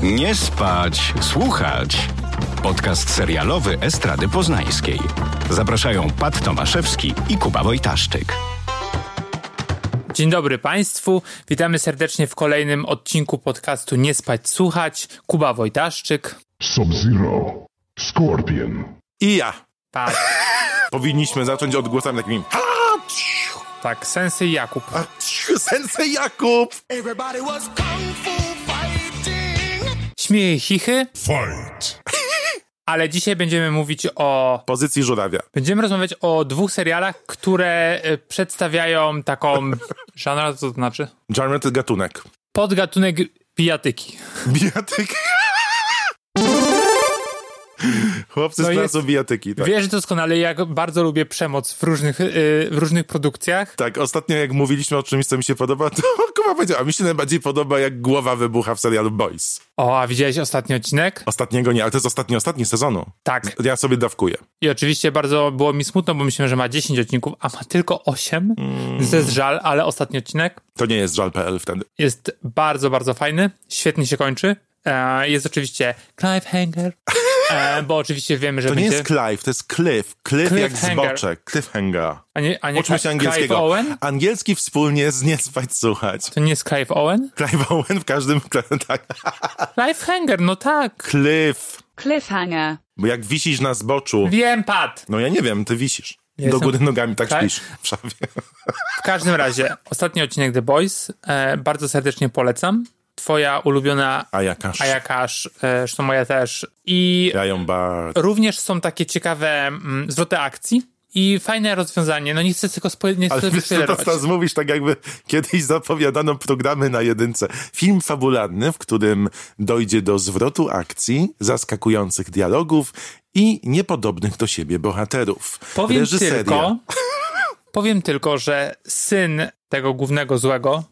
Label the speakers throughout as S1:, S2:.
S1: Nie spać, słuchać. Podcast serialowy Estrady Poznańskiej. Zapraszają Pat Tomaszewski i Kuba Wojtaszczyk.
S2: Dzień dobry Państwu, witamy serdecznie w kolejnym odcinku podcastu Nie spać, słuchać. Kuba Wojtaszczyk.
S3: Sub-Zero, Scorpion.
S4: I ja.
S2: Tak.
S4: Powinniśmy zacząć odgłosami takimi.
S2: Tak, Sensei Jakub.
S4: Sensei Jakub!
S2: Śmieje chichy,
S3: Fight.
S2: ale dzisiaj będziemy mówić o...
S4: Pozycji żurawia.
S2: Będziemy rozmawiać o dwóch serialach, które przedstawiają taką... Genre, co to znaczy?
S4: Genre to gatunek.
S2: Podgatunek bijatyki.
S4: Bijatyki. Chłopcy z placu bijatyki. Tak.
S2: Wiesz doskonale, jak bardzo lubię przemoc w różnych produkcjach.
S4: Tak, ostatnio jak mówiliśmy o czymś, co mi się podoba, to Kuba powiedział, a mi się najbardziej podoba, jak głowa wybucha w serialu Boys.
S2: O, a widziałeś ostatni odcinek?
S4: Ostatniego nie, ale to jest ostatni sezonu.
S2: Tak.
S4: Ja sobie dawkuję.
S2: I oczywiście bardzo było mi smutno, bo myślałem, że ma 10 odcinków, a ma tylko 8. Więc to jest żal, ale ostatni odcinek
S4: To nie jest żal.pl wtedy.
S2: jest bardzo, bardzo fajny. Świetnie się kończy. Jest oczywiście cliffhanger, bo oczywiście wiemy, że
S4: To
S2: będzie...
S4: nie jest Clive, to jest Cliff. Cliff jak
S2: Cliffhanger.
S4: zboczek. Cliffhanger.
S2: A nie
S4: Uczmy się
S2: Clive
S4: angielskiego.
S2: Owen?
S4: Angielski wspólnie z Nie spać słuchać.
S2: To nie jest Clive Owen?
S4: Clive Owen w każdym... Tak.
S2: Cliffhanger, no tak.
S4: Cliff.
S5: Cliffhanger.
S4: Bo jak wisisz na zboczu...
S2: Wiem, Pat.
S4: No ja nie wiem, ty wisisz.
S2: Jestem-
S4: Do góry nogami, tak
S2: Tak?
S4: śpisz w szafie.
S2: W każdym razie, ostatni odcinek The Boys. Bardzo serdecznie polecam. Twoja ulubiona
S4: Ajakasz.
S2: zresztą moja też. I
S4: Ja ją bardzo...
S2: również są takie ciekawe zwroty akcji i fajne rozwiązanie. No nie chcę tylko
S4: Ale wiesz, to teraz mówisz tak jakby kiedyś zapowiadano programy na jedynce. Film fabularny, w którym dojdzie do zwrotu akcji, zaskakujących dialogów i niepodobnych do siebie bohaterów.
S2: Powiem tylko, że syn tego głównego złego...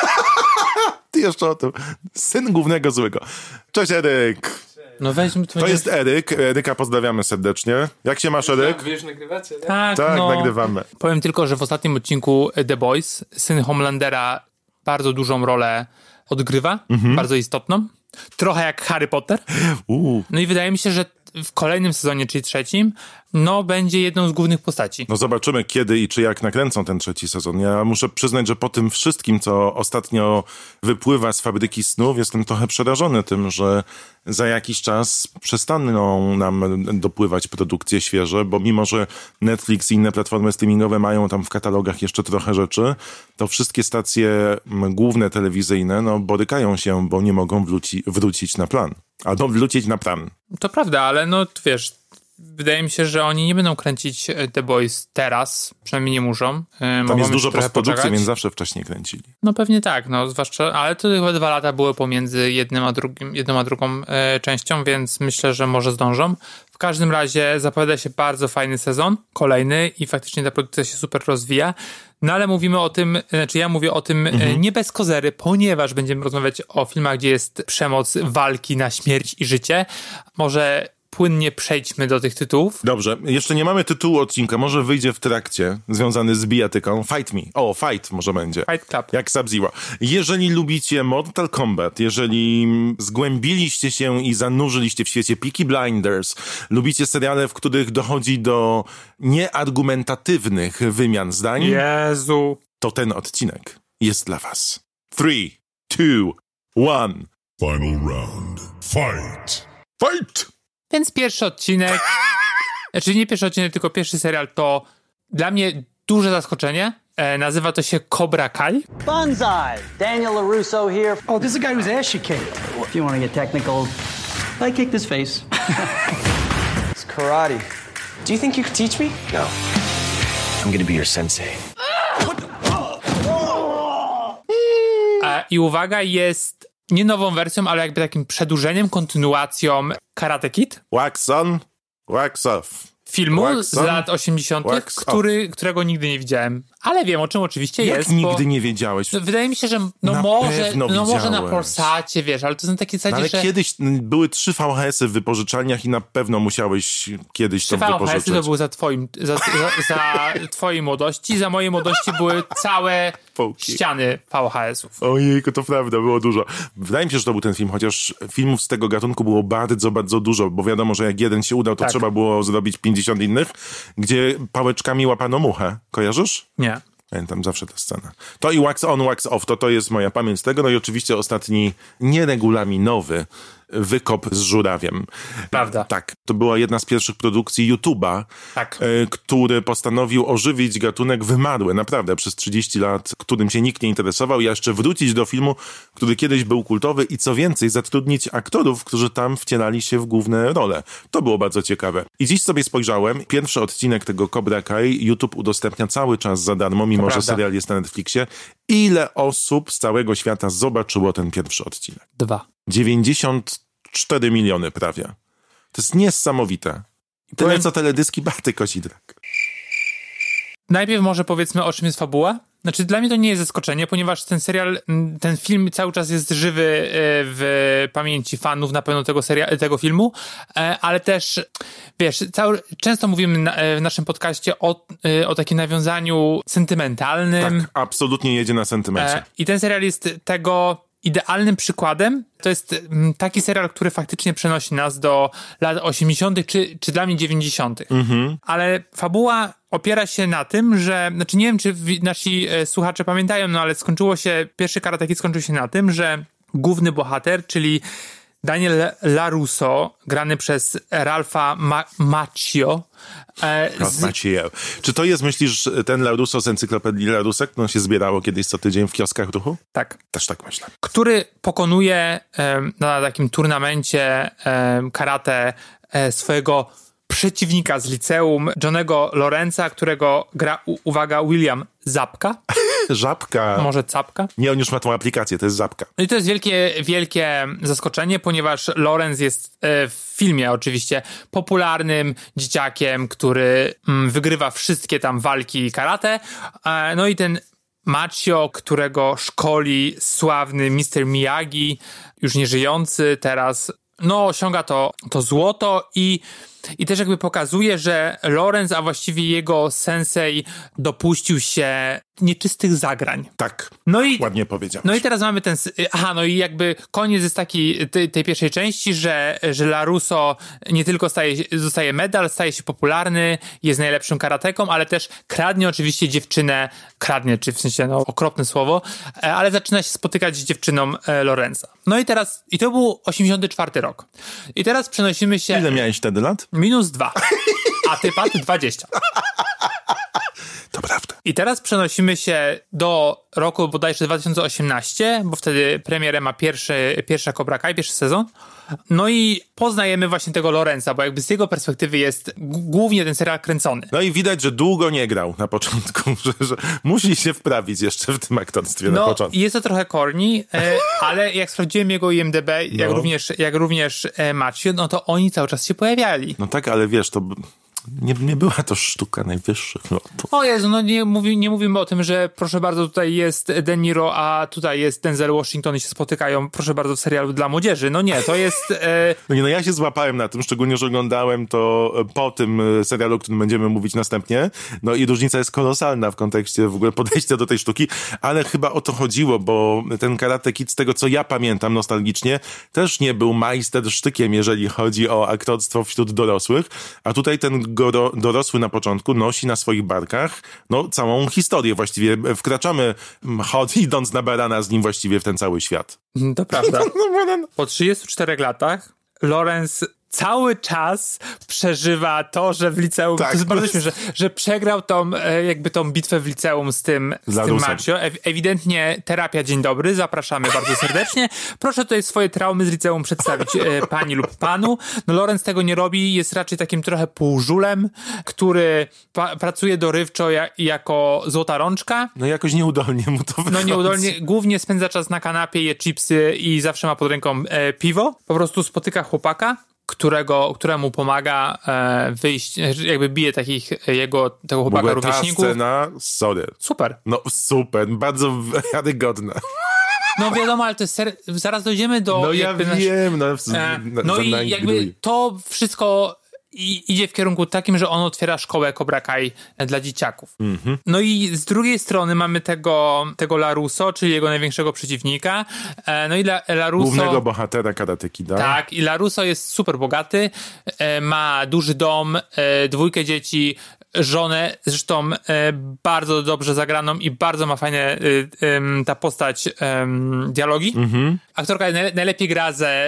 S4: Ty jeszcze o tym. Syn głównego złego. Cześć, Eryk.
S2: No weźmy
S4: To jest Eryk. Eryka pozdrawiamy serdecznie. Jak się masz, Eryk?
S6: Wy już nagrywacie, nie?
S2: Tak,
S4: Tak,
S2: no.
S4: nagrywamy.
S2: Powiem tylko, że w ostatnim odcinku The Boys syn Homelandera bardzo dużą rolę odgrywa, bardzo istotną. Trochę jak Harry Potter. No i wydaje mi się, że w kolejnym sezonie, czyli trzecim, no będzie jedną z głównych postaci.
S4: No zobaczymy kiedy i czy jak nakręcą ten trzeci sezon. Ja muszę przyznać, że po tym wszystkim, co ostatnio wypływa z fabryki snów, jestem trochę przerażony tym, że za jakiś czas przestaną nam dopływać produkcje świeże, bo mimo, że Netflix i inne platformy streamingowe mają tam w katalogach jeszcze trochę rzeczy, to wszystkie stacje główne telewizyjne no borykają się, bo nie mogą wrócić na plan. Albo wrócić na plan.
S2: To prawda, ale no wiesz, wydaje mi się, że oni nie będą kręcić The Boys teraz, przynajmniej nie muszą.
S4: Tam jest dużo postprodukcji, więc zawsze wcześniej kręcili.
S2: No pewnie tak, no zwłaszcza, ale to chyba 2 lata były pomiędzy jedną a drugą częścią, więc myślę, że może zdążą. W każdym razie zapowiada się bardzo fajny sezon, kolejny i faktycznie ta produkcja się super rozwija. No ale mówimy o tym, znaczy ja mówię o tym nie bez kozery, ponieważ będziemy rozmawiać o filmach, gdzie jest przemoc, walki na śmierć i życie. Może płynnie przejdźmy do tych tytułów.
S4: Dobrze, jeszcze nie mamy tytułu odcinka, może wyjdzie w trakcie, związany z bijatyką. Fight Me. O, Fight może będzie.
S2: Fight Club.
S4: Jak Sub-Zero. Jeżeli lubicie Mortal Kombat, jeżeli zgłębiliście się i zanurzyliście w świecie Peaky Blinders, lubicie seriale, w których dochodzi do nieargumentatywnych wymian zdań,
S2: Jezu.
S4: to ten odcinek jest dla was. 3, 2, 1.
S3: Final round. Fight.
S4: Fight!
S2: Więc pierwszy odcinek, znaczy nie pierwszy odcinek, tylko pierwszy serial to dla mnie duże zaskoczenie. Nazywa to się Cobra Kai.
S7: Banzai! Daniel LaRusso here.
S8: Oh, this is the guy whose ass you kicked.
S7: If you want to get technical, I kicked his face.
S6: It's karate. Do you think you could teach me? No.
S9: I'm gonna be your sensei.
S2: I uwaga, jest nie nową wersją, ale jakby takim przedłużeniem, kontynuacją Karate Kid.
S4: Wax on, wax off.
S2: Filmu
S4: Wax
S2: z
S4: on,
S2: lat 80.,
S4: wax
S2: którego nigdy nie widziałem. Ale wiem, o czym oczywiście
S4: Jak
S2: jest.
S4: nigdy nie wiedziałeś?
S2: No, wydaje mi się, że
S4: Na pewno
S2: może na
S4: widziałeś.
S2: Polsacie, wiesz, ale to są takie zasadzie,
S4: Ale
S2: że...
S4: kiedyś były 3 VHS-y w wypożyczalniach i na pewno musiałeś kiedyś to
S2: VHS-y
S4: wypożyczyć.
S2: to były za twojej młodości, za mojej młodości były całe
S4: półki.
S2: ściany VHS-ów.
S4: Ojejku, to prawda, było dużo. Wydaje mi się, że to był ten film, chociaż filmów z tego gatunku było bardzo, bardzo dużo, bo wiadomo, że jak jeden się udał, to
S2: Tak.
S4: trzeba było zrobić 50 innych, gdzie pałeczkami łapano muchę. Kojarzysz?
S2: Nie.
S4: Pamiętam zawsze tę scenę. To i Wax On, Wax Off, to jest moja pamięć z tego. No i oczywiście ostatni nieregulaminowy wykop z żurawiem.
S2: Prawda.
S4: Tak, to była jedna z pierwszych produkcji YouTube'a,
S2: Tak.
S4: który postanowił ożywić gatunek wymarły, naprawdę, przez 30 lat, którym się nikt nie interesował, i jeszcze wrócić do filmu, który kiedyś był kultowy i co więcej, zatrudnić aktorów, którzy tam wcielali się w główne role. To było bardzo ciekawe. I dziś sobie spojrzałem, pierwszy odcinek tego Cobra Kai YouTube udostępnia cały czas za darmo, mimo że serial jest na Netflixie. Ile osób z całego świata zobaczyło ten pierwszy odcinek?
S2: 2.
S4: 94 miliony prawie. To jest niesamowite. Tyle co teledyski Barty Kozidrak.
S2: Najpierw może powiedzmy, o czym jest fabuła. Znaczy, dla mnie to nie jest zaskoczenie, ponieważ ten film cały czas jest żywy w pamięci fanów na pewno tego filmu, ale też, wiesz, często mówimy w naszym podcaście o takim nawiązaniu sentymentalnym.
S4: Tak, absolutnie jedzie na sentymencie.
S2: I ten serial jest tego idealnym przykładem. To jest taki serial, który faktycznie przenosi nas do lat 80. czy dla mnie 90. Ale fabuła opiera się na tym, że, znaczy nie wiem, czy nasi słuchacze pamiętają, no ale pierwszy Karate Kid skończył się na tym, że główny bohater, czyli Daniel LaRusso, grany przez Ralpha Macchio.
S4: Macchio. Czy to jest, myślisz, ten LaRusso z encyklopedii LaRusso, którą się zbierało kiedyś co tydzień w kioskach ruchu?
S2: Tak.
S4: Też tak myślę.
S2: Który pokonuje na takim turnamencie karate swojego przeciwnika z liceum, Johnego Lorenza, którego gra, uwaga, William Zabka.
S4: Żabka.
S2: Może Capka.
S4: Nie, on już ma tą aplikację, to jest Żabka.
S2: No i to jest wielkie zaskoczenie, ponieważ Lorenz jest w filmie oczywiście popularnym dzieciakiem, który wygrywa wszystkie tam walki karate. No i ten Macchio, którego szkoli sławny Mr. Miyagi, już nieżyjący teraz, no osiąga to złoto i też jakby pokazuje, że Lorenz, a właściwie jego sensei, dopuścił się nieczystych zagrań.
S4: Tak, ładnie powiedziałeś.
S2: No i teraz mamy no i jakby koniec jest taki tej pierwszej części, że LaRusso nie tylko dostaje medal, staje się popularny, jest najlepszym karateką, ale też kradnie oczywiście dziewczynę, czy w sensie, no okropne słowo, ale zaczyna się spotykać z dziewczyną Lorenza. No i teraz, i to był 84 rok. I teraz przenosimy się...
S4: Ile miałeś wtedy lat?
S2: -2. A ty, Pat, 20.
S4: To prawda.
S2: I teraz przenosimy się do roku bodajże 2018, bo wtedy premierę ma pierwsza Cobra Kai, pierwszy sezon. No i poznajemy właśnie tego Lorenza, bo jakby z jego perspektywy jest głównie ten serial kręcony.
S4: No i widać, że długo nie grał na początku, że musi się wprawić jeszcze w tym aktorstwie na początku.
S2: Jest to trochę corny, ale jak sprawdziłem jego IMDb, jak również Macchio, no to oni cały czas się pojawiali.
S4: No tak, ale wiesz, to... Nie była to sztuka najwyższych lotów.
S2: O Jezu, no nie mówimy o tym, że proszę bardzo, tutaj jest De Niro, a tutaj jest Denzel Washington i się spotykają, proszę bardzo, w serialu dla młodzieży. No nie, to jest...
S4: No ja się złapałem na tym, szczególnie, że oglądałem to po tym serialu, o którym będziemy mówić następnie. No i różnica jest kolosalna w kontekście w ogóle podejścia do tej sztuki, ale chyba o to chodziło, bo ten Karate Kid, z tego co ja pamiętam nostalgicznie, też nie był majstersztykiem, jeżeli chodzi o aktorstwo wśród dorosłych, a tutaj ten dorosły na początku nosi na swoich barkach całą historię właściwie. Wkraczamy idąc na barana z nim właściwie w ten cały świat.
S2: To prawda. Po 34 latach Lorenz cały czas przeżywa to, że w liceum,
S4: tak,
S2: to jest bardzo śmieszne, że przegrał tą bitwę w liceum z tym Macchio. Ewidentnie terapia, dzień dobry, zapraszamy bardzo serdecznie. Proszę tutaj swoje traumy z liceum przedstawić pani lub panu. No Lorenz tego nie robi, jest raczej takim trochę półżulem, który pracuje dorywczo jako złota rączka.
S4: No jakoś nieudolnie mu to wychodzi.
S2: No nieudolnie, głównie spędza czas na kanapie, je chipsy i zawsze ma pod ręką piwo. Po prostu spotyka chłopaka, któremu pomaga wyjść, jakby bije tego chłopaka rówieśników.
S4: Ta scena, sorry.
S2: Super.
S4: No super, bardzo wiarygodna.
S2: No wiadomo, ale to jest zaraz dojdziemy do...
S4: No ja wiem.
S2: No i jakby to wszystko idzie w kierunku takim, że on otwiera szkołę Cobra Kai dla dzieciaków. No i z drugiej strony mamy tego LaRusso, czyli jego największego przeciwnika. No i LaRusso...
S4: Głównego bohatera Karate Kida.
S2: Tak, i LaRusso jest super bogaty, ma duży dom, 2 dzieci, żonę, zresztą bardzo dobrze zagraną i bardzo ma fajne ta postać dialogi. Aktorka najlepiej gra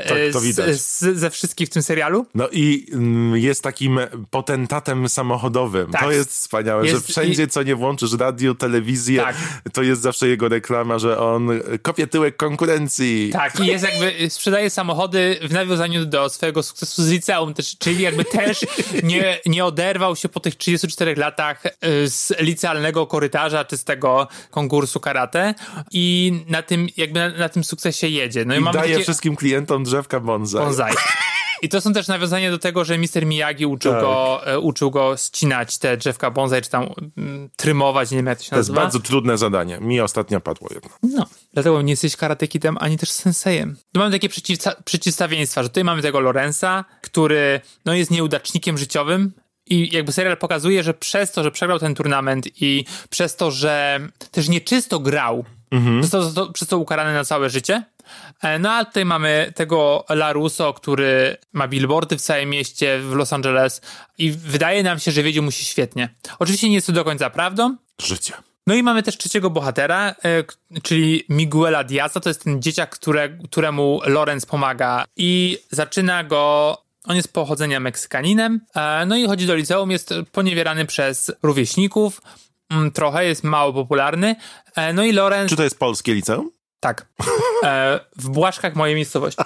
S2: ze wszystkich w tym serialu.
S4: No i jest takim potentatem samochodowym.
S2: Tak.
S4: To jest wspaniałe, że wszędzie, co nie włączysz, radio, telewizję, to jest zawsze jego reklama, że on kopie tyłek konkurencji.
S2: Tak, i jest jakby, sprzedaje samochody w nawiązaniu do swojego sukcesu z liceum, czyli jakby też nie oderwał się po tych 34 latach z licealnego korytarza, czy z tego konkursu karate i na tym sukcesie jedzie. No i mamy
S4: daje wszystkim klientom drzewka bonsai.
S2: I to są też nawiązania do tego, że Mr. Miyagi uczył go ścinać te drzewka bonsai, czy tam trymować, nie wiem jak to się nazywa.
S4: To jest bardzo trudne zadanie. Mi ostatnio padło jedno.
S2: No, dlatego nie jesteś karatekidem, ani też sensejem. Tu mamy takie przeciwstawieństwa, że tutaj mamy tego Lorenza, który jest nieudacznikiem życiowym i jakby serial pokazuje, że przez to, że przegrał ten turnament i przez to, że też nieczysto grał, przez to ukarany na całe życie. No a tutaj mamy tego LaRusso, który ma billboardy w całym mieście, w Los Angeles i wydaje nam się, że wiedzie mu się świetnie. Oczywiście nie jest to do końca prawdą.
S4: Życie.
S2: No i mamy też trzeciego bohatera, czyli Miguela Diaza, to jest ten dzieciak, któremu Lorenz pomaga i zaczyna go... On jest pochodzenia Meksykaninem, no i chodzi do liceum, jest poniewierany przez rówieśników, trochę jest mało popularny, no i Lorenz...
S4: Czy to jest polskie liceum?
S2: Tak, w Błaszkach mojej miejscowości.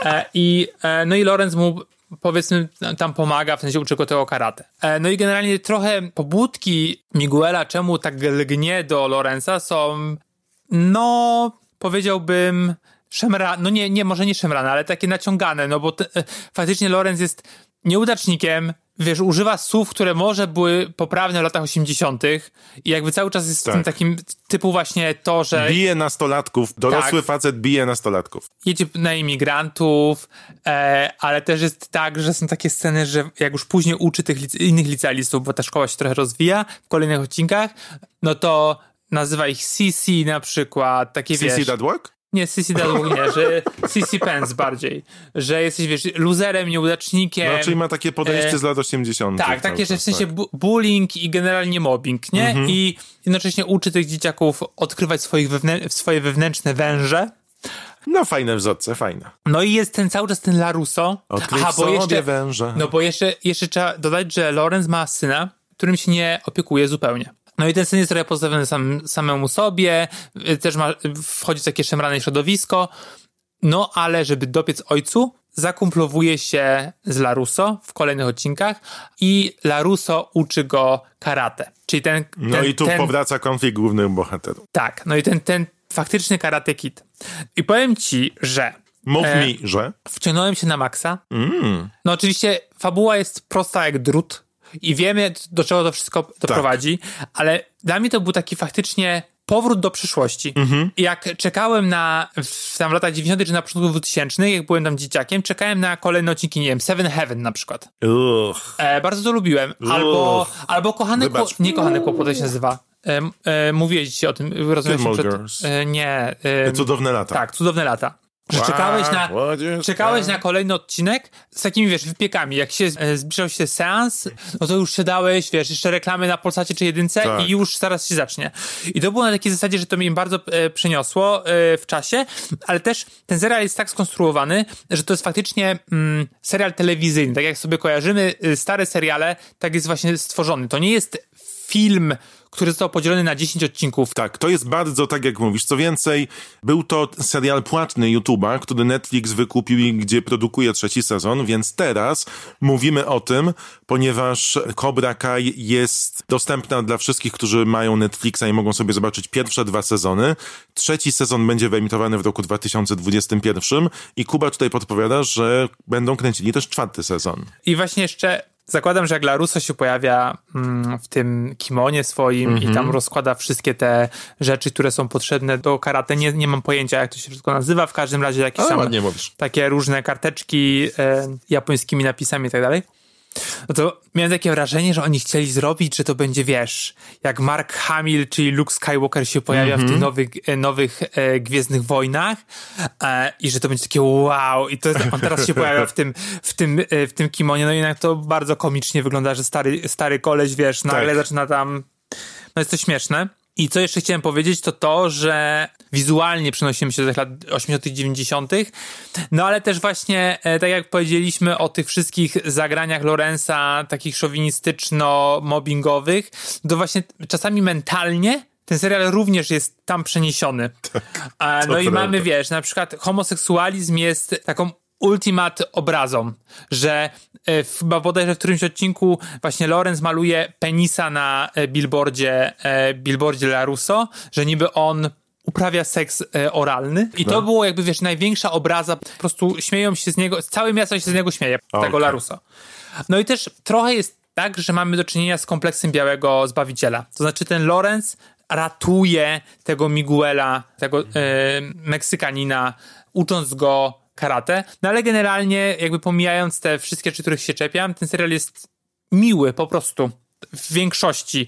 S2: No i Lorenz mu, powiedzmy, tam pomaga, w sensie uczy go tego karate. No i generalnie trochę pobudki Miguela, czemu tak lgnie do Lorenza, są, powiedziałbym... może nie szemrane, ale takie naciągane, no bo faktycznie Lorenz jest nieudacznikiem, wiesz, używa słów, które może były poprawne w latach 80. i jakby cały czas jest w tym takim typu właśnie to, że...
S4: Bije nastolatków, dorosły facet bije nastolatków.
S2: Jedzie na imigrantów, ale też jest tak, że są takie sceny, że jak już później uczy tych innych licealistów, bo ta szkoła się trochę rozwija w kolejnych odcinkach, no to nazywa ich CC na przykład, takie wiesz...
S4: CC that work?
S2: Nie, Sissy Dadwood nie, że Sissy Pence bardziej. Że jesteś, wiesz, luzerem, nieudacznikiem.
S4: No, czyli ma takie podejście z lat 80.
S2: Tak, takie, że w sensie bullying i generalnie mobbing, nie? I jednocześnie uczy tych dzieciaków odkrywać swoje wewnętrzne węże.
S4: No fajne wzorce, fajne.
S2: No i jest cały czas ten LaRusso.
S4: Odkryć sobie węże.
S2: No bo jeszcze trzeba dodać, że Lorenz ma syna, którym się nie opiekuje zupełnie. No i ten syn jest trochę postawiony samemu sobie, też wchodzi w takie szemrane środowisko, no ale żeby dopiec ojcu, zakumplowuje się z LaRusso w kolejnych odcinkach i LaRusso uczy go karate. Czyli
S4: i tu powraca konflikt głównych bohaterów.
S2: Tak, no i ten faktyczny Karate Kid. I powiem ci, że...
S4: Mów mi, że...
S2: Wciągnąłem się na maksa. No oczywiście fabuła jest prosta jak drut, i wiemy, do czego to wszystko doprowadzi, ale dla mnie to był taki faktycznie powrót do przyszłości. I jak czekałem tam w latach 90. czy na początku 2000, jak byłem tam dzieciakiem, czekałem na kolejne odcinki, nie wiem, Seven Heaven na przykład. Bardzo to lubiłem. Albo nie Kochany Kłopot, to się nazywa. Mówiłeś ci o tym, rozumiem się nie.
S4: Cudowne lata.
S2: Tak, Cudowne lata. Że czekałeś na kolejny odcinek z takimi, wiesz, wypiekami. Jak się zbliżał się seans, no to już siadałeś, wiesz, jeszcze reklamy na Polsacie czy Jedynce i już zaraz się zacznie. I to było na takiej zasadzie, że to mnie bardzo przeniosło w czasie, ale też ten serial jest tak skonstruowany, że to jest faktycznie serial telewizyjny. Tak jak sobie kojarzymy stare seriale, tak jest właśnie stworzony. To nie jest film, który został podzielony na 10 odcinków.
S4: Tak, to jest bardzo tak, jak mówisz. Co więcej, był to serial płatny YouTube'a, który Netflix wykupił i gdzie produkuje 3. sezon, więc teraz mówimy o tym, ponieważ Cobra Kai jest dostępna dla wszystkich, którzy mają Netflixa i mogą sobie zobaczyć pierwsze 2 sezony. 3. sezon będzie wyemitowany w roku 2021 i Kuba tutaj podpowiada, że będą kręcili też 4. sezon.
S2: I właśnie jeszcze zakładam, że jak LaRusso się pojawia w tym kimonie swoim i tam rozkłada wszystkie te rzeczy, które są potrzebne do karate. Nie mam pojęcia, jak to się wszystko nazywa. W każdym razie jakieś tam takie różne karteczki japońskimi napisami i tak dalej. no to miałem takie wrażenie, że oni chcieli zrobić, że to będzie, wiesz, jak Mark Hamill, czyli Luke Skywalker się pojawia w tych nowych Gwiezdnych Wojnach i że to będzie takie wow, i to on teraz się pojawia w tym kimonie, no i jednak to bardzo komicznie wygląda, że stary koleś, wiesz, nagle zaczyna tam, no jest to śmieszne. I co jeszcze chciałem powiedzieć, to, że wizualnie przenosimy się do tych lat 80., 90., no ale też właśnie, tak jak powiedzieliśmy o tych wszystkich zagraniach Lawrence'a, takich szowinistyczno-mobbingowych, to właśnie czasami mentalnie ten serial również jest tam przeniesiony. No i mamy, wiesz, na przykład homoseksualizm jest taką ultimat obrazą, że chyba bodajże w którymś odcinku właśnie Lawrence maluje penisa na billboardzie LaRusso, że niby on uprawia seks oralny i to było jakby, wiesz, największa obraza, po prostu śmieją się z niego, całe miasto się z niego śmieje, tego LaRusso. No i też trochę jest tak, że mamy do czynienia z kompleksem białego Zbawiciela. To znaczy ten Lawrence ratuje tego Miguela, tego Meksykanina, ucząc go karate, no ale generalnie jakby pomijając te wszystkie rzeczy, których się czepiam, ten serial jest miły po prostu. W większości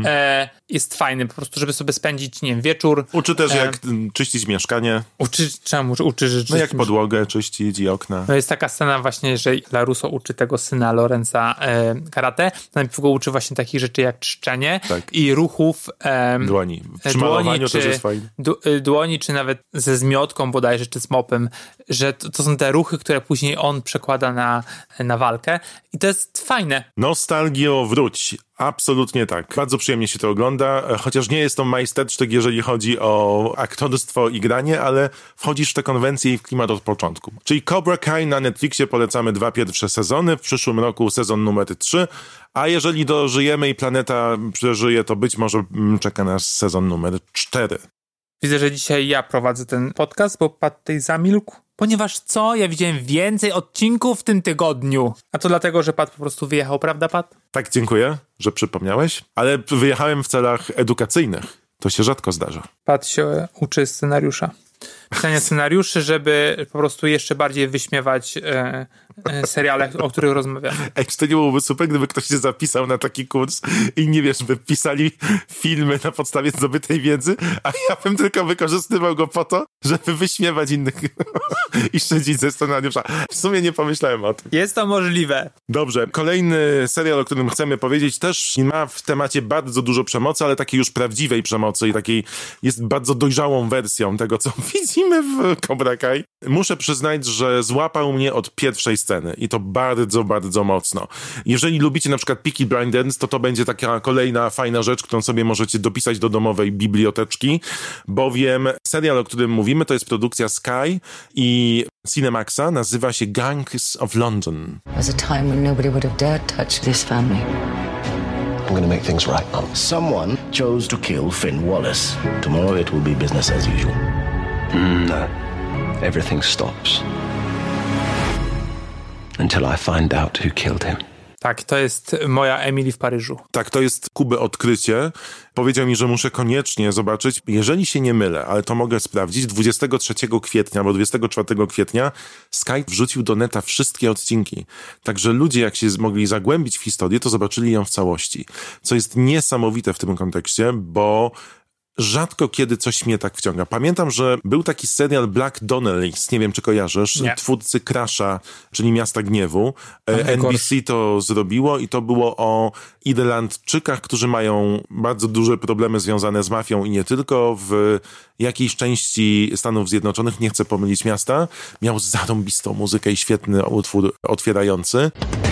S2: jest fajny, po prostu, żeby sobie spędzić, nie wiem, wieczór.
S4: Uczy też jak czyścić mieszkanie.
S2: Uczy, że
S4: no jak podłogę czyścić i okna.
S2: No jest taka scena właśnie, że LaRusso uczy tego syna Lawrence'a karate. Najpierw go uczy właśnie takich rzeczy jak czczenie i ruchów
S4: dłoni. Przy malowaniu też jest fajne.
S2: Dłoni, czy nawet ze zmiotką bodajże, czy z mopem, że to są te ruchy, które później on przekłada na walkę i to jest fajne.
S4: Nostalgio, wróć. Absolutnie tak. Bardzo przyjemnie się to ogląda, chociaż nie jest to majstersztyk, jeżeli chodzi o aktorstwo i granie, ale wchodzisz w te konwencje i w klimat od początku. Czyli Cobra Kai na Netflixie polecamy 2 pierwsze sezony, w przyszłym roku sezon numer 3, a jeżeli dożyjemy i planeta przeżyje, to być może czeka nas sezon numer 4.
S2: Widzę, że dzisiaj ja prowadzę ten podcast, bo Pat tutaj zamilkł. Ponieważ ja widziałem więcej odcinków w tym tygodniu. A to dlatego, że Pat po prostu wyjechał, prawda, Pat?
S4: Tak, dziękuję, że przypomniałeś, ale wyjechałem w celach edukacyjnych. To się rzadko zdarza.
S2: Pat się uczy scenariusza. Pisania scenariuszy, żeby po prostu jeszcze bardziej wyśmiewać seriale, o których rozmawiamy.
S4: To nie byłoby super, gdyby ktoś się zapisał na taki kurs i nie wiesz, by pisali filmy na podstawie zdobytej wiedzy, a ja bym tylko wykorzystywał go po to, żeby wyśmiewać innych i szczędzić ze scenariusza. W sumie nie pomyślałem o tym.
S2: Jest to możliwe.
S4: Dobrze, kolejny serial, o którym chcemy powiedzieć, też ma w temacie bardzo dużo przemocy, ale takiej już prawdziwej przemocy i takiej jest bardzo dojrzałą wersją tego, co widzimy w Cobra Kai. Muszę przyznać, że złapał mnie od pierwszej sceny i to bardzo, bardzo mocno. Jeżeli lubicie na przykład Peaky Blinders, to będzie taka kolejna fajna rzecz, którą sobie możecie dopisać do domowej biblioteczki, bowiem serial, o którym mówimy, to jest produkcja Sky i Cinemaxa, nazywa się Gangs of London.
S5: There's a time when nobody would have dared touch this family.
S9: I'm gonna make things right, Mom.
S8: Someone chose to kill Finn Wallace. Tomorrow it will be business as usual.
S9: No. Everything stops. Until I find out who killed him.
S2: Tak, to jest moja Emily w Paryżu.
S4: Tak, to jest Kuby odkrycie. Powiedział mi, że muszę koniecznie zobaczyć. Jeżeli się nie mylę, ale to mogę sprawdzić, 23 kwietnia albo 24 kwietnia Sky wrzucił do neta wszystkie odcinki. Także ludzie, jak się mogli zagłębić w historię, to zobaczyli ją w całości. Co jest niesamowite w tym kontekście, bo rzadko kiedy coś mnie tak wciąga. Pamiętam, że był taki serial Black Donnellys, nie wiem, czy kojarzysz, twórcy Crasha, czyli Miasta Gniewu. NBC to zrobiło i to było o Irlandczykach, którzy mają bardzo duże problemy związane z mafią i nie tylko. W jakiejś części Stanów Zjednoczonych, nie chcę pomylić miasta, miał zarąbistą muzykę i świetny utwór otwierający.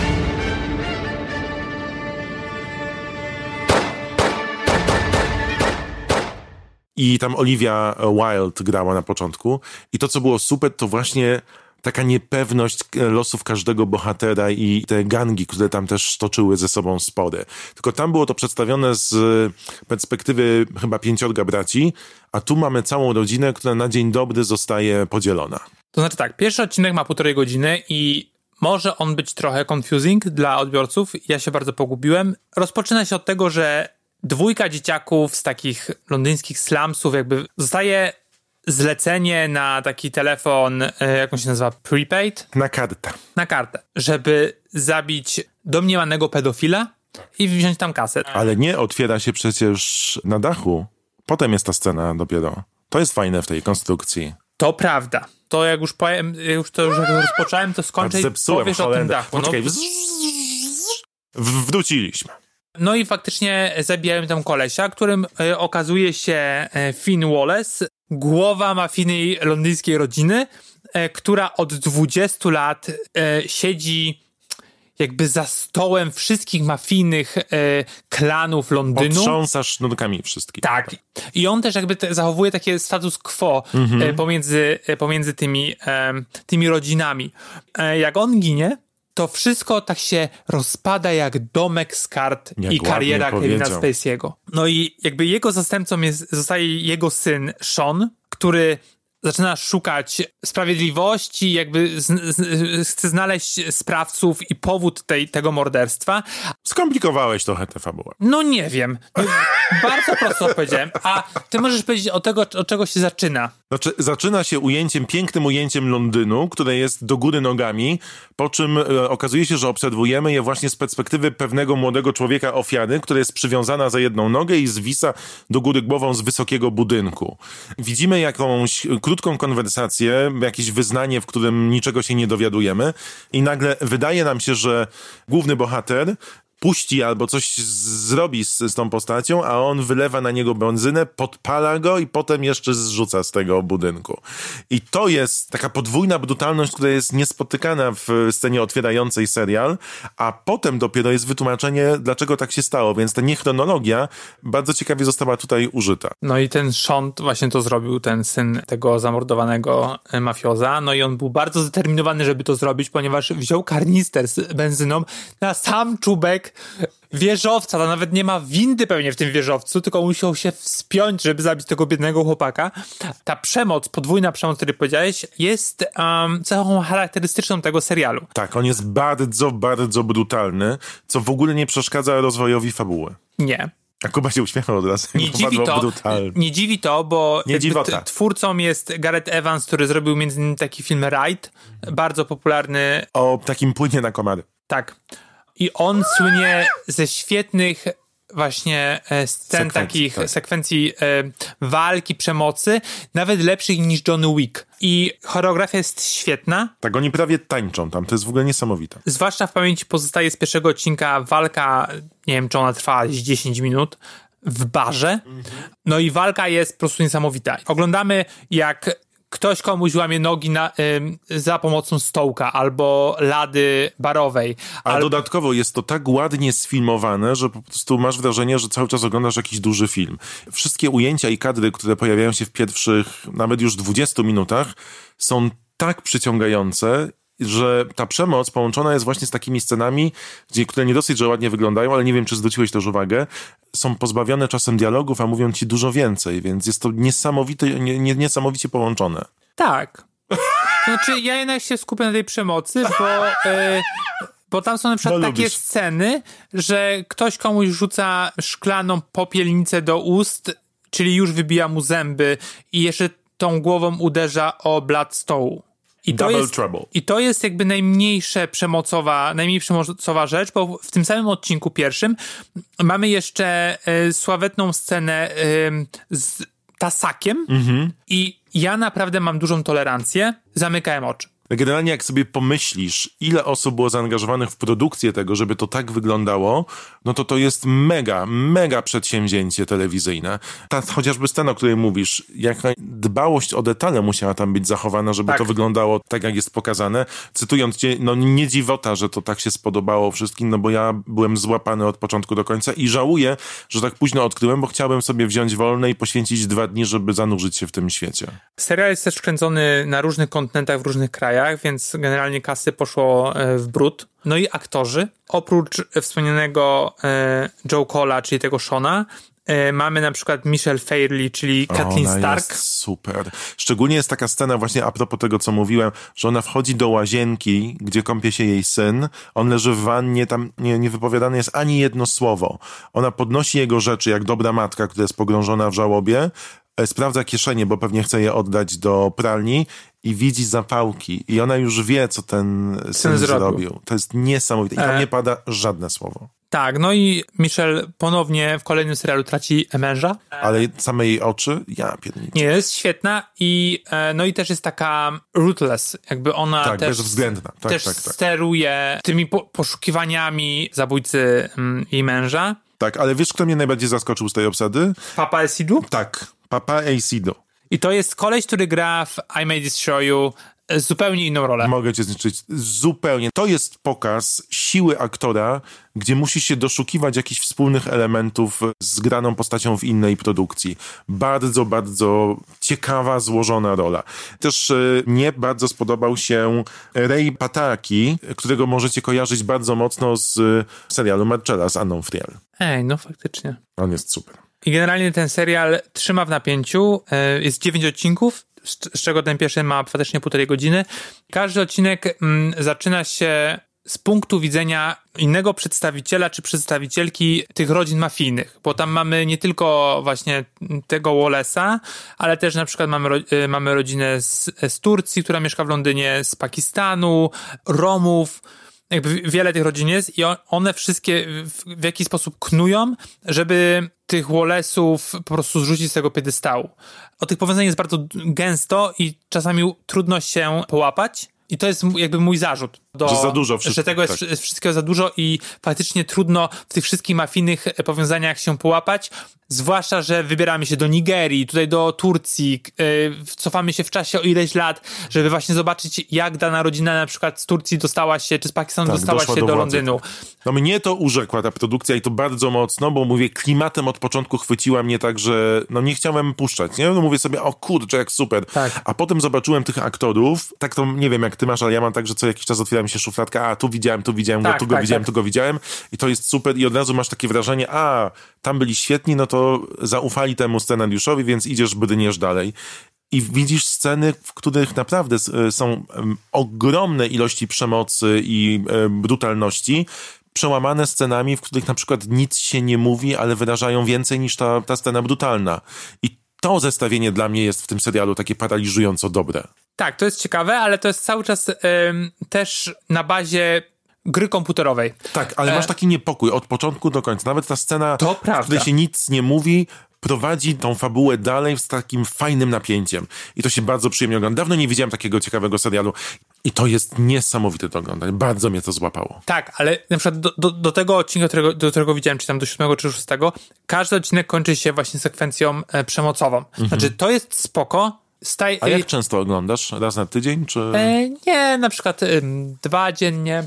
S4: I tam Olivia Wilde grała na początku. I to, co było super, to właśnie taka niepewność losów każdego bohatera i te gangi, które tam też toczyły ze sobą spory. Tylko tam było to przedstawione z perspektywy chyba 5 braci, a tu mamy całą rodzinę, która na dzień dobry zostaje podzielona.
S2: To znaczy tak, pierwszy odcinek ma 1,5 godziny i może on być trochę confusing dla odbiorców. Ja się bardzo pogubiłem. Rozpoczyna się od tego, że 2 dzieciaków z takich londyńskich slumsów jakby zostaje zlecenie na taki telefon, jak on się nazywa, prepaid?
S4: Na kartę.
S2: Na kartę, żeby zabić domniemanego pedofila i wziąć tam kasę.
S4: Ale nie otwiera się przecież na dachu. Potem jest ta scena dopiero. To jest fajne w tej konstrukcji.
S2: To prawda. To jak już powiem, jak rozpocząłem, to skończę i powiesz o tym dachu.
S4: Poczekaj. Wróciliśmy.
S2: No i faktycznie zabijają tam kolesia, którym okazuje się Finn Wallace, głowa mafijnej londyńskiej rodziny, która od 20 lat siedzi jakby za stołem wszystkich mafijnych klanów Londynu.
S4: Potrząsa sznurkami wszystkich.
S2: Tak. I on też jakby zachowuje takie status quo pomiędzy tymi rodzinami. Jak on ginie, to wszystko tak się rozpada jak domek z kart
S4: jak
S2: i kariera Kevina
S4: powiedział.
S2: Spacey'ego. No i jakby jego zastępcą zostaje jego syn Sean, który zaczyna szukać sprawiedliwości, jakby chce znaleźć sprawców i powód tego morderstwa.
S4: Skomplikowałeś trochę tę fabułę.
S2: No nie wiem. Bardzo prosto powiedziałem. A ty możesz powiedzieć od czego się zaczyna.
S4: Znaczy, zaczyna się pięknym ujęciem Londynu, które jest do góry nogami, po czym okazuje się, że obserwujemy je właśnie z perspektywy pewnego młodego człowieka ofiary, która jest przywiązana za jedną nogę i zwisa do góry głową z wysokiego budynku. Widzimy jakąś krótką konwersację, jakieś wyznanie, w którym niczego się nie dowiadujemy i nagle wydaje nam się, że główny bohater puści albo coś zrobi z tą postacią, a on wylewa na niego benzynę, podpala go i potem jeszcze zrzuca z tego budynku. I to jest taka podwójna brutalność, która jest niespotykana w scenie otwierającej serial, a potem dopiero jest wytłumaczenie, dlaczego tak się stało, więc ta niechronologia bardzo ciekawie została tutaj użyta.
S2: No i ten Sean właśnie to zrobił, ten syn tego zamordowanego mafioza, no i on był bardzo zdeterminowany, żeby to zrobić, ponieważ wziął karnister z benzyną na sam czubek wieżowca, to nawet nie ma windy pewnie w tym wieżowcu, tylko musiał się wspiąć, żeby zabić tego biednego chłopaka. Ta przemoc, podwójna przemoc, który powiedziałeś, jest cechą charakterystyczną tego serialu.
S4: Tak, on jest bardzo, bardzo brutalny, co w ogóle nie przeszkadza rozwojowi fabuły.
S2: Nie.
S4: A Kuba się uśmiechał od razu.
S2: Nie dziwi to, bo twórcą jest Gareth Evans, który zrobił między innymi taki film Ride, bardzo popularny.
S4: O takim płynie na komary.
S2: Tak. I on słynie ze świetnych właśnie scen, sekwencji walki, przemocy, nawet lepszych niż John Wick. I choreografia jest świetna.
S4: Tak, oni prawie tańczą tam, to jest w ogóle niesamowite.
S2: Zwłaszcza w pamięci pozostaje z pierwszego odcinka walka, nie wiem, czy ona trwała 10 minut, w barze. No i walka jest po prostu niesamowita. Oglądamy, jak ktoś komuś łamie nogi za pomocą stołka albo lady barowej.
S4: A dodatkowo jest to tak ładnie sfilmowane, że po prostu masz wrażenie, że cały czas oglądasz jakiś duży film. Wszystkie ujęcia i kadry, które pojawiają się w pierwszych nawet już 20 minutach, są tak przyciągające, że ta przemoc połączona jest właśnie z takimi scenami, które nie dosyć, że ładnie wyglądają, ale nie wiem, czy zwróciłeś też uwagę, są pozbawione czasem dialogów, a mówią ci dużo więcej, więc jest to niesamowicie połączone.
S2: Tak. Znaczy, ja jednak się skupię na tej przemocy, bo tam są na przykład takie sceny, że ktoś komuś rzuca szklaną popielnicę do ust, czyli już wybija mu zęby i jeszcze tą głową uderza o blat stołu. I to jest jakby najmniej przemocowa rzecz, bo w tym samym odcinku pierwszym mamy jeszcze sławetną scenę z tasakiem i ja naprawdę mam dużą tolerancję, zamykałem oczy.
S4: Generalnie jak sobie pomyślisz, ile osób było zaangażowanych w produkcję tego, żeby to tak wyglądało, no to jest mega przedsięwzięcie telewizyjne. Ta chociażby scena, o której mówisz, jaka dbałość o detale musiała tam być zachowana, żeby to wyglądało tak, jak jest pokazane. Cytując cię, no nie dziwota, że to tak się spodobało wszystkim, no bo ja byłem złapany od początku do końca i żałuję, że tak późno odkryłem, bo chciałbym sobie wziąć wolne i poświęcić 2 dni, żeby zanurzyć się w tym świecie.
S2: Serial jest też kręcony na różnych kontynentach, w różnych krajach, więc generalnie kasy poszło w brud. No i aktorzy. Oprócz wspomnianego Joe Cola, czyli tego Shona, mamy na przykład Michelle Fairley, czyli Kathleen Stark.
S4: Jest super. Szczególnie jest taka scena właśnie a propos tego, co mówiłem, że ona wchodzi do łazienki, gdzie kąpie się jej syn. On leży w wannie, tam nie wypowiadane jest ani jedno słowo. Ona podnosi jego rzeczy, jak dobra matka, która jest pogrążona w żałobie, sprawdza kieszenie, bo pewnie chce je oddać do pralni i widzi zapałki i ona już wie, co ten syn zrobił. To jest niesamowite i tam nie pada żadne słowo.
S2: Tak, no i Michelle ponownie w kolejnym serialu traci męża.
S4: Ale same jej oczy, ja pierniczę.
S2: Nie, jest świetna i no i też jest taka ruthless, jakby ona
S4: tak,
S2: też
S4: bezwzględna. Tak,
S2: też
S4: tak.
S2: steruje tymi poszukiwaniami zabójcy jej męża.
S4: Tak, ale wiesz, kto mnie najbardziej zaskoczył z tej obsady?
S2: Papa Esidu?
S4: Tak, Papa Esidu.
S2: I to jest koleś, który gra w I May Destroy You zupełnie inną rolę.
S4: Mogę cię zniszczyć. Zupełnie. To jest pokaz siły aktora, gdzie musi się doszukiwać jakichś wspólnych elementów z graną postacią w innej produkcji. Bardzo, bardzo ciekawa, złożona rola. Też mnie bardzo spodobał się Ray Pataki, którego możecie kojarzyć bardzo mocno z serialu Marcella z Anną Friel.
S2: No faktycznie.
S4: On jest super.
S2: I generalnie ten serial trzyma w napięciu. Jest 9 odcinków, z czego ten pierwszy ma faktycznie 1,5 godziny. Każdy odcinek zaczyna się z punktu widzenia innego przedstawiciela czy przedstawicielki tych rodzin mafijnych, bo tam mamy nie tylko właśnie tego Wallace'a, ale też na przykład mamy rodzinę z Turcji, która mieszka w Londynie, z Pakistanu, Romów. Jakby wiele tych rodzin jest i one wszystkie w jakiś sposób knują, żeby tych Wallace'ów po prostu zrzucić z tego piedestału. O tych powiązań jest bardzo gęsto i czasami trudno się połapać. I to jest jakby mój zarzut.
S4: Że za dużo
S2: że tego jest wszystkiego za dużo i faktycznie trudno w tych wszystkich mafijnych powiązaniach się połapać. Zwłaszcza, że wybieramy się do Nigerii, tutaj do Turcji, cofamy się w czasie o ileś lat, żeby właśnie zobaczyć, jak dana rodzina na przykład z Turcji dostała się, czy z Pakistanu dostała się do Londynu.
S4: No mnie to urzekła ta produkcja i to bardzo mocno, bo mówię, klimatem od początku chwyciła mnie tak, że no nie chciałem puszczać, nie? No mówię sobie, o kurczę, jak super.
S2: Tak.
S4: A potem zobaczyłem tych aktorów, tak to nie wiem jak ty masz, ale ja mam tak, że co jakiś czas otwiera mi się szufladka, a tu widziałem go, tu go widziałem i to jest super i od razu masz takie wrażenie, tam byli świetni, no to zaufali temu scenariuszowi, więc idziesz, brniesz dalej. I widzisz sceny, w których naprawdę są ogromne ilości przemocy i brutalności, przełamane scenami, w których na przykład nic się nie mówi, ale wyrażają więcej niż ta scena brutalna. I to zestawienie dla mnie jest w tym serialu takie paraliżująco dobre. Tak,
S2: to jest ciekawe, ale to jest cały czas też na gry komputerowej.
S4: Tak, ale masz taki niepokój od początku do końca. Nawet ta scena, w której się nic nie mówi, prowadzi tą fabułę dalej z takim fajnym napięciem. I to się bardzo przyjemnie ogląda. Dawno nie widziałem takiego ciekawego serialu. I to jest niesamowite do oglądania. Bardzo mnie to złapało.
S2: Tak, ale na przykład do tego odcinka, do którego widziałem, czy tam do 7 czy 6, każdy odcinek kończy się właśnie sekwencją przemocową. Znaczy, to jest spoko.
S4: A jak często oglądasz? Raz na tydzień, czy...?
S2: Nie, na przykład 2 dziennie.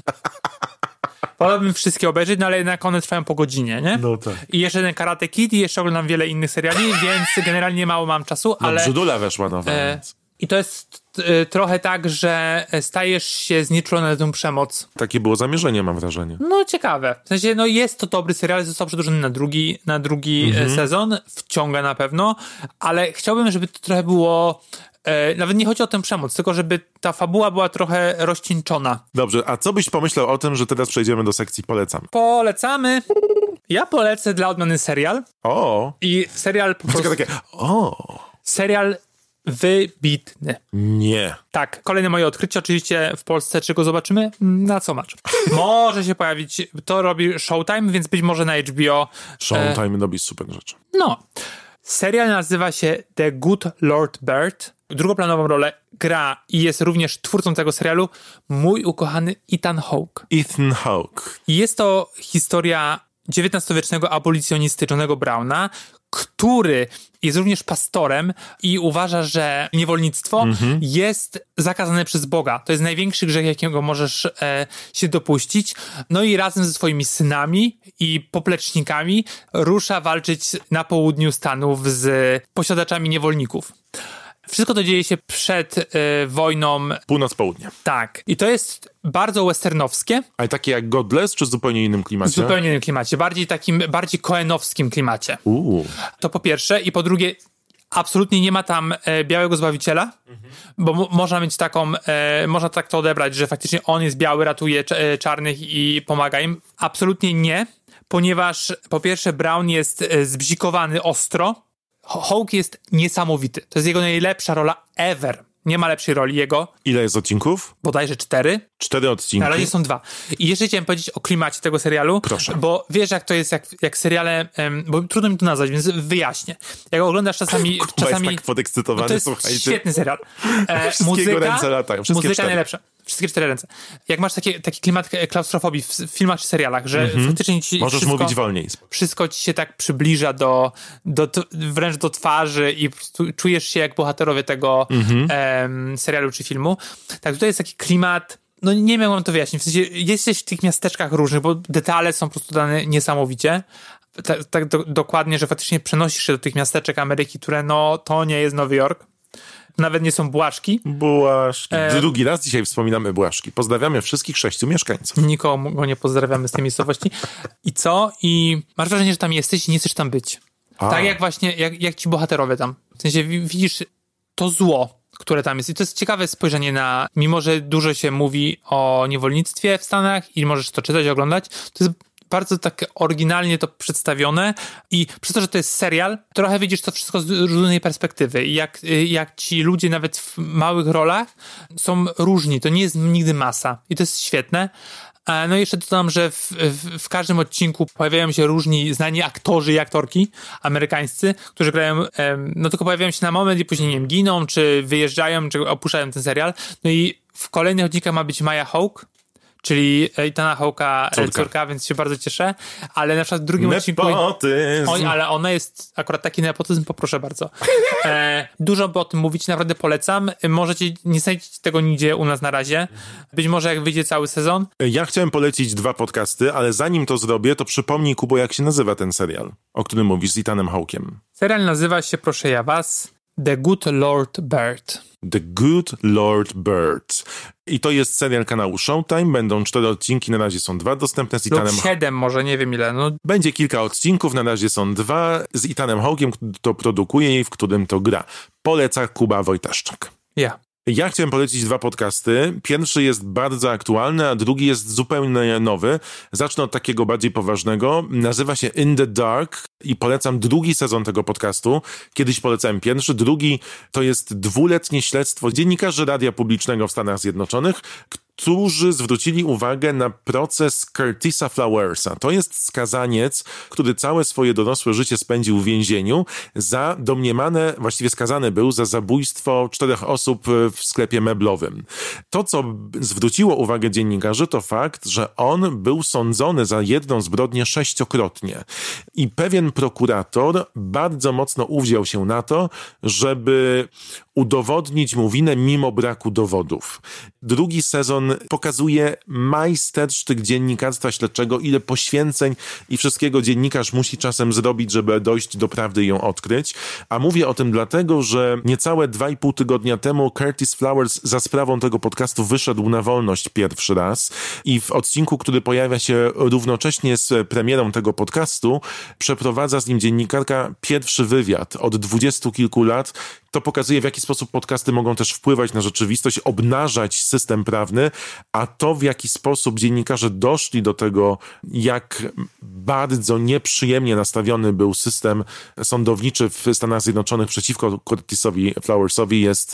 S2: Wolałbym wszystkie obejrzeć, no ale jednak one trwają po godzinie, nie?
S4: No tak.
S2: I jeszcze ten Karate Kid i jeszcze oglądam wiele innych seriali, więc generalnie mało mam czasu, ale...
S4: Brzydula weszła nowa, więc...
S2: I to jest trochę tak, że stajesz się znieczulony na tę przemoc.
S4: Takie było zamierzenie, mam wrażenie.
S2: No ciekawe. W sensie, no jest to dobry serial, został przedłużony na drugi sezon, wciąga na pewno, ale chciałbym, żeby to trochę było... Nawet nie chodzi o tę przemoc, tylko żeby ta fabuła była trochę rozcieńczona.
S4: Dobrze, a co byś pomyślał o tym, że teraz przejdziemy do sekcji polecam?
S2: Polecamy. Ja polecę dla odmiany serial.
S4: O.
S2: I serial po prostu...
S4: takie,
S2: Serial wybitny.
S4: Nie.
S2: Tak, kolejne moje odkrycie. Oczywiście w Polsce, czy go zobaczymy? Na co macz? Może się pojawić, to robi Showtime, więc być może na HBO.
S4: Showtime robi super rzeczy.
S2: No. Serial nazywa się The Good Lord Bird. Drugoplanową rolę gra i jest również twórcą tego serialu mój ukochany Ethan Hawke.
S4: Ethan Hawke.
S2: Jest to historia XIX-wiecznego abolicjonisty Johnego Browna, który jest również pastorem i uważa, że niewolnictwo jest zakazane przez Boga. To jest największy grzech, jakiego możesz się dopuścić. No i razem ze swoimi synami i poplecznikami rusza walczyć na południu Stanów z posiadaczami niewolników. Wszystko to dzieje się przed wojną.
S4: Północ-południe.
S2: Tak. I to jest bardzo westernowskie.
S4: Ale takie jak Godless, czy w zupełnie innym klimacie?
S2: W zupełnie innym klimacie. Bardziej coenowskim klimacie. To po pierwsze. I po drugie, absolutnie nie ma tam białego Zbawiciela, bo można mieć taką, można tak to odebrać, że faktycznie on jest biały, ratuje czarnych i pomaga im. Absolutnie nie, ponieważ po pierwsze Brown jest zbzikowany ostro. Hawke jest niesamowity. To jest jego najlepsza rola ever. Nie ma lepszej roli jego.
S4: Ile jest odcinków?
S2: Bodajże 4.
S4: 4 odcinki.
S2: Na razie są 2. I jeszcze chciałem powiedzieć o klimacie tego serialu.
S4: Proszę.
S2: Bo wiesz, jak to jest, jak seriale, bo trudno mi to nazwać, więc wyjaśnię. Jak oglądasz czasami...
S4: Kuba jest tak podekscytowany,
S2: to jest
S4: słuchajcie.
S2: świetny serial.
S4: Wszystkiego ręce latają.
S2: Muzyka najlepsza. Wszystkie 4 ręce. Jak masz taki klimat klaustrofobii w filmach czy serialach, że faktycznie ci
S4: możesz mówić wolniej.
S2: Wszystko ci się tak przybliża wręcz do twarzy i po prostu czujesz się jak bohaterowie tego serialu czy filmu. Tak, tutaj jest taki klimat, no nie wiem jak mam to wyjaśnić, w sensie jesteś w tych miasteczkach różnych, bo detale są po prostu dane niesamowicie. Tak dokładnie, że faktycznie przenosisz się do tych miasteczek Ameryki, które no to nie jest Nowy Jork. Nawet nie są Błaszki.
S4: Drugi raz dzisiaj wspominamy Błaszki. Pozdrawiamy wszystkich 6 mieszkańców.
S2: Nikogo nie pozdrawiamy z tej miejscowości. I co? I masz wrażenie, że tam jesteś i nie chcesz tam być. Tak jak właśnie, jak ci bohaterowie tam. W sensie widzisz to zło, które tam jest. I to jest ciekawe spojrzenie na, mimo że dużo się mówi o niewolnictwie w Stanach i możesz to czytać, oglądać, to jest bardzo tak oryginalnie to przedstawione i przez to, że to jest serial, trochę widzisz to wszystko z różnej perspektywy i jak ci ludzie nawet w małych rolach są różni, to nie jest nigdy masa i to jest świetne. No i jeszcze dodam, że w każdym odcinku pojawiają się różni znani aktorzy i aktorki amerykańscy, którzy grają, no tylko pojawiają się na moment i później, nie wiem, giną, czy wyjeżdżają, czy opuszczają ten serial. No i w kolejnych odcinkach ma być Maya Hawke, czyli Ethana Hawke'a córka, więc się bardzo cieszę, ale na przykład w drugim odcinku... Oj, ale ona jest akurat taki nepotyzm, poproszę bardzo. Dużo by o tym mówić, naprawdę polecam. Możecie, nie znajdziecie tego nigdzie u nas na razie. Być może jak wyjdzie cały sezon.
S4: Ja chciałem polecić 2 podcasty, ale zanim to zrobię, to przypomnij, Kubo, jak się nazywa ten serial, o którym mówisz z Ethanem Hawke'em.
S2: Serial nazywa się, proszę ja was, The Good Lord Bird.
S4: The Good Lord Bird. I to jest serial kanału Showtime. Będą 4 odcinki, na razie są 2 dostępne z Ethanem.
S2: 7 może, nie wiem ile. No.
S4: Będzie kilka odcinków, na razie są 2 z Ethanem Hawke'em, który to produkuje i w którym to gra. Poleca Kuba Wojtaszczak. Ja chciałem polecić 2 podcasty. Pierwszy jest bardzo aktualny, a drugi jest zupełnie nowy. Zacznę od takiego bardziej poważnego. Nazywa się In the Dark i polecam 2. sezon tego podcastu. Kiedyś polecałem pierwszy. Drugi to jest 2-letnie śledztwo dziennikarzy radia publicznego w Stanach Zjednoczonych, którzy zwrócili uwagę na proces Curtisa Flowersa. To jest skazaniec, który całe swoje dorosłe życie spędził w więzieniu za domniemane, właściwie skazany był za zabójstwo 4 osób w sklepie meblowym. To, co zwróciło uwagę dziennikarzy, to fakt, że on był sądzony za jedną zbrodnię 6-krotnie. I pewien prokurator bardzo mocno uwziął się na to, żeby udowodnić mu winę mimo braku dowodów. 2. sezon pokazuje majstersztyk dziennikarstwa śledczego, ile poświęceń i wszystkiego dziennikarz musi czasem zrobić, żeby dojść do prawdy i ją odkryć. A mówię o tym dlatego, że niecałe 2,5 tygodnia temu Curtis Flowers za sprawą tego podcastu wyszedł na wolność pierwszy raz i w odcinku, który pojawia się równocześnie z premierą tego podcastu, przeprowadza z nim dziennikarka pierwszy wywiad od 20 kilku lat. To pokazuje, w jaki sposób podcasty mogą też wpływać na rzeczywistość, obnażać system prawny, a to, w jaki sposób dziennikarze doszli do tego, jak bardzo nieprzyjemnie nastawiony był system sądowniczy w Stanach Zjednoczonych przeciwko Curtisowi Flowersowi, jest,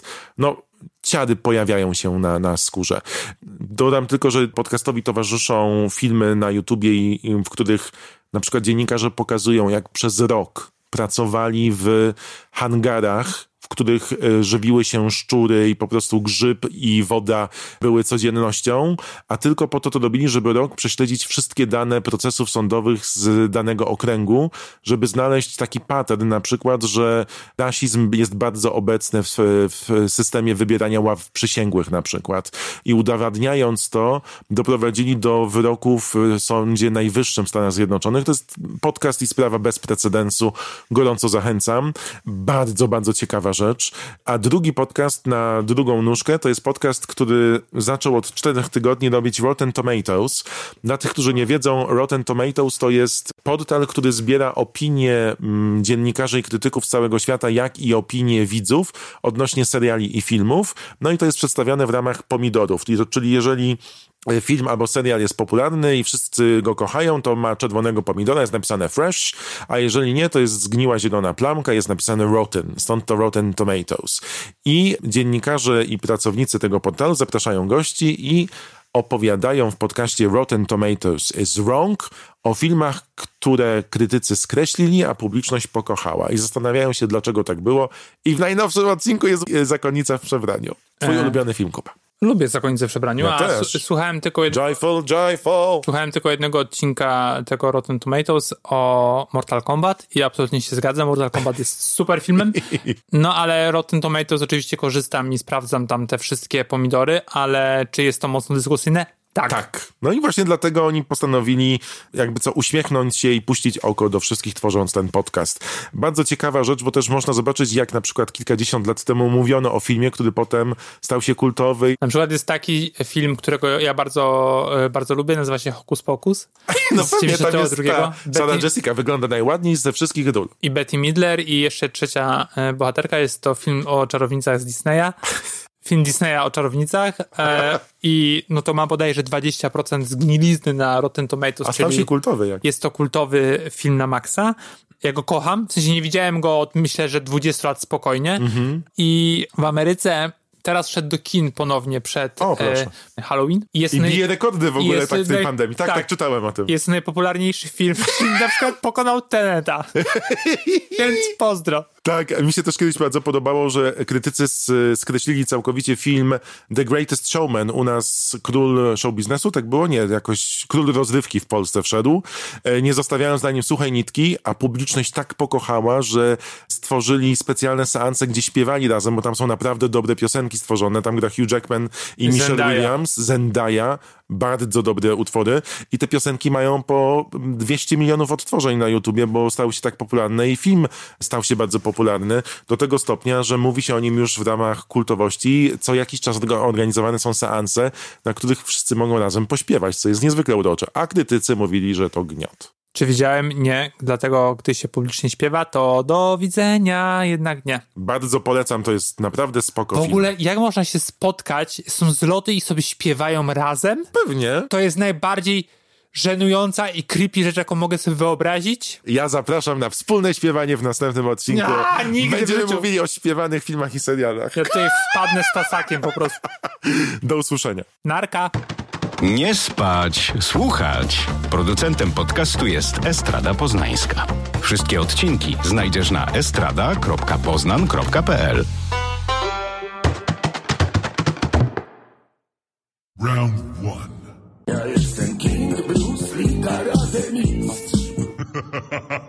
S4: ciary pojawiają się na skórze. Dodam tylko, że podcastowi towarzyszą filmy na YouTubie, w których na przykład dziennikarze pokazują, jak przez rok pracowali w hangarach, w których żywiły się szczury i po prostu grzyb i woda były codziennością, a tylko po to robili, żeby rok prześledzić wszystkie dane procesów sądowych z danego okręgu, żeby znaleźć taki pattern, na przykład, że rasizm jest bardzo obecny w systemie wybierania ław przysięgłych na przykład. I udowadniając to, doprowadzili do wyroku w Sądzie Najwyższym Stanach Zjednoczonych. To jest podcast i sprawa bez precedensu. Gorąco zachęcam. Bardzo, bardzo ciekawa rzecz. A drugi podcast na drugą nóżkę to jest podcast, który zaczął od 4 tygodni robić Rotten Tomatoes. Dla tych, którzy nie wiedzą, Rotten Tomatoes to jest portal, który zbiera opinie dziennikarzy i krytyków z całego świata, jak i opinie widzów odnośnie seriali i filmów. No i to jest przedstawiane w ramach pomidorów. Czyli jeżeli film albo serial jest popularny i wszyscy go kochają, to ma czerwonego pomidora, jest napisane fresh, a jeżeli nie, to jest zgniła zielona plamka, jest napisane rotten, stąd to Rotten Tomatoes. I dziennikarze i pracownicy tego portalu zapraszają gości i opowiadają w podcaście Rotten Tomatoes is Wrong o filmach, które krytycy skreślili, a publiczność pokochała. I zastanawiają się, dlaczego tak było. I w najnowszym odcinku jest Zakonnica w przebraniu. Twój ulubiony film, Kuba.
S2: Lubię Zakonnicę w przebraniu,
S4: Ja też.
S2: Słuchałem tylko Słuchałem tylko jednego odcinka tego Rotten Tomatoes o Mortal Kombat i absolutnie się zgadzam. Mortal Kombat jest super filmem, no ale Rotten Tomatoes oczywiście korzystam i sprawdzam tam te wszystkie pomidory, ale czy jest to mocno dyskusyjne? Tak.
S4: No i właśnie dlatego oni postanowili uśmiechnąć się i puścić oko do wszystkich, tworząc ten podcast. Bardzo ciekawa rzecz, bo też można zobaczyć, jak na przykład kilkadziesiąt lat temu mówiono o filmie, który potem stał się kultowy.
S2: Na przykład jest taki film, którego ja bardzo, bardzo lubię, nazywa się Hokus Pokus.
S4: No pewnie, tam jest Sarah Jessica, wygląda najładniej ze wszystkich ról.
S2: I Betty Midler i jeszcze trzecia bohaterka, jest to film o czarownicach z Disneya. Film Disneya o czarownicach i no to ma bodajże 20% zgnilizny na Rotten Tomatoes.
S4: A stał się kultowy.
S2: Jest to kultowy film na maksa. Ja go kocham, w sensie nie widziałem go od myślę, że 20 lat spokojnie. I w Ameryce teraz szedł do kin ponownie przed Halloween.
S4: I bije rekordy w ogóle w tej pandemii. Tak, czytałem o tym.
S2: Jest najpopularniejszy film. Na przykład pokonał Teneta. Więc pozdro.
S4: Tak, mi się też kiedyś bardzo podobało, że krytycy skreślili całkowicie film The Greatest Showman. U nas król show biznesu, tak było? Nie, jakoś król rozrywki w Polsce wszedł, nie zostawiając na nim suchej nitki, a publiczność tak pokochała, że stworzyli specjalne seanse, gdzie śpiewali razem, bo tam są naprawdę dobre piosenki stworzone. Tam gra Hugh Jackman i Michelle Williams, Zendaya, bardzo dobre utwory i te piosenki mają po 200 milionów odtworzeń na YouTubie, bo stały się tak popularne i film stał się bardzo popularny do tego stopnia, że mówi się o nim już w ramach kultowości. Co jakiś czas organizowane są seanse, na których wszyscy mogą razem pośpiewać, co jest niezwykle urocze. A krytycy mówili, że to gniot.
S2: Czy widziałem? Nie. Dlatego, gdy się publicznie śpiewa, to do widzenia, jednak nie.
S4: Bardzo polecam, to jest naprawdę spoko film.
S2: W ogóle, jak można się spotkać, są zloty i sobie śpiewają razem?
S4: Pewnie.
S2: To jest najbardziej żenująca i creepy rzecz, jaką mogę sobie wyobrazić.
S4: Ja zapraszam na wspólne śpiewanie w następnym odcinku. Będziemy mówili o śpiewanych filmach i serialach.
S2: Ja tutaj wpadnę z tasakiem po prostu.
S4: Do usłyszenia.
S2: Narka.
S1: Nie spać, słuchać. Producentem podcastu jest Estrada Poznańska. Wszystkie odcinki znajdziesz na estrada.poznan.pl.
S3: Round 1.
S10: Ja jestem King Bruce Lee, karate mistrz.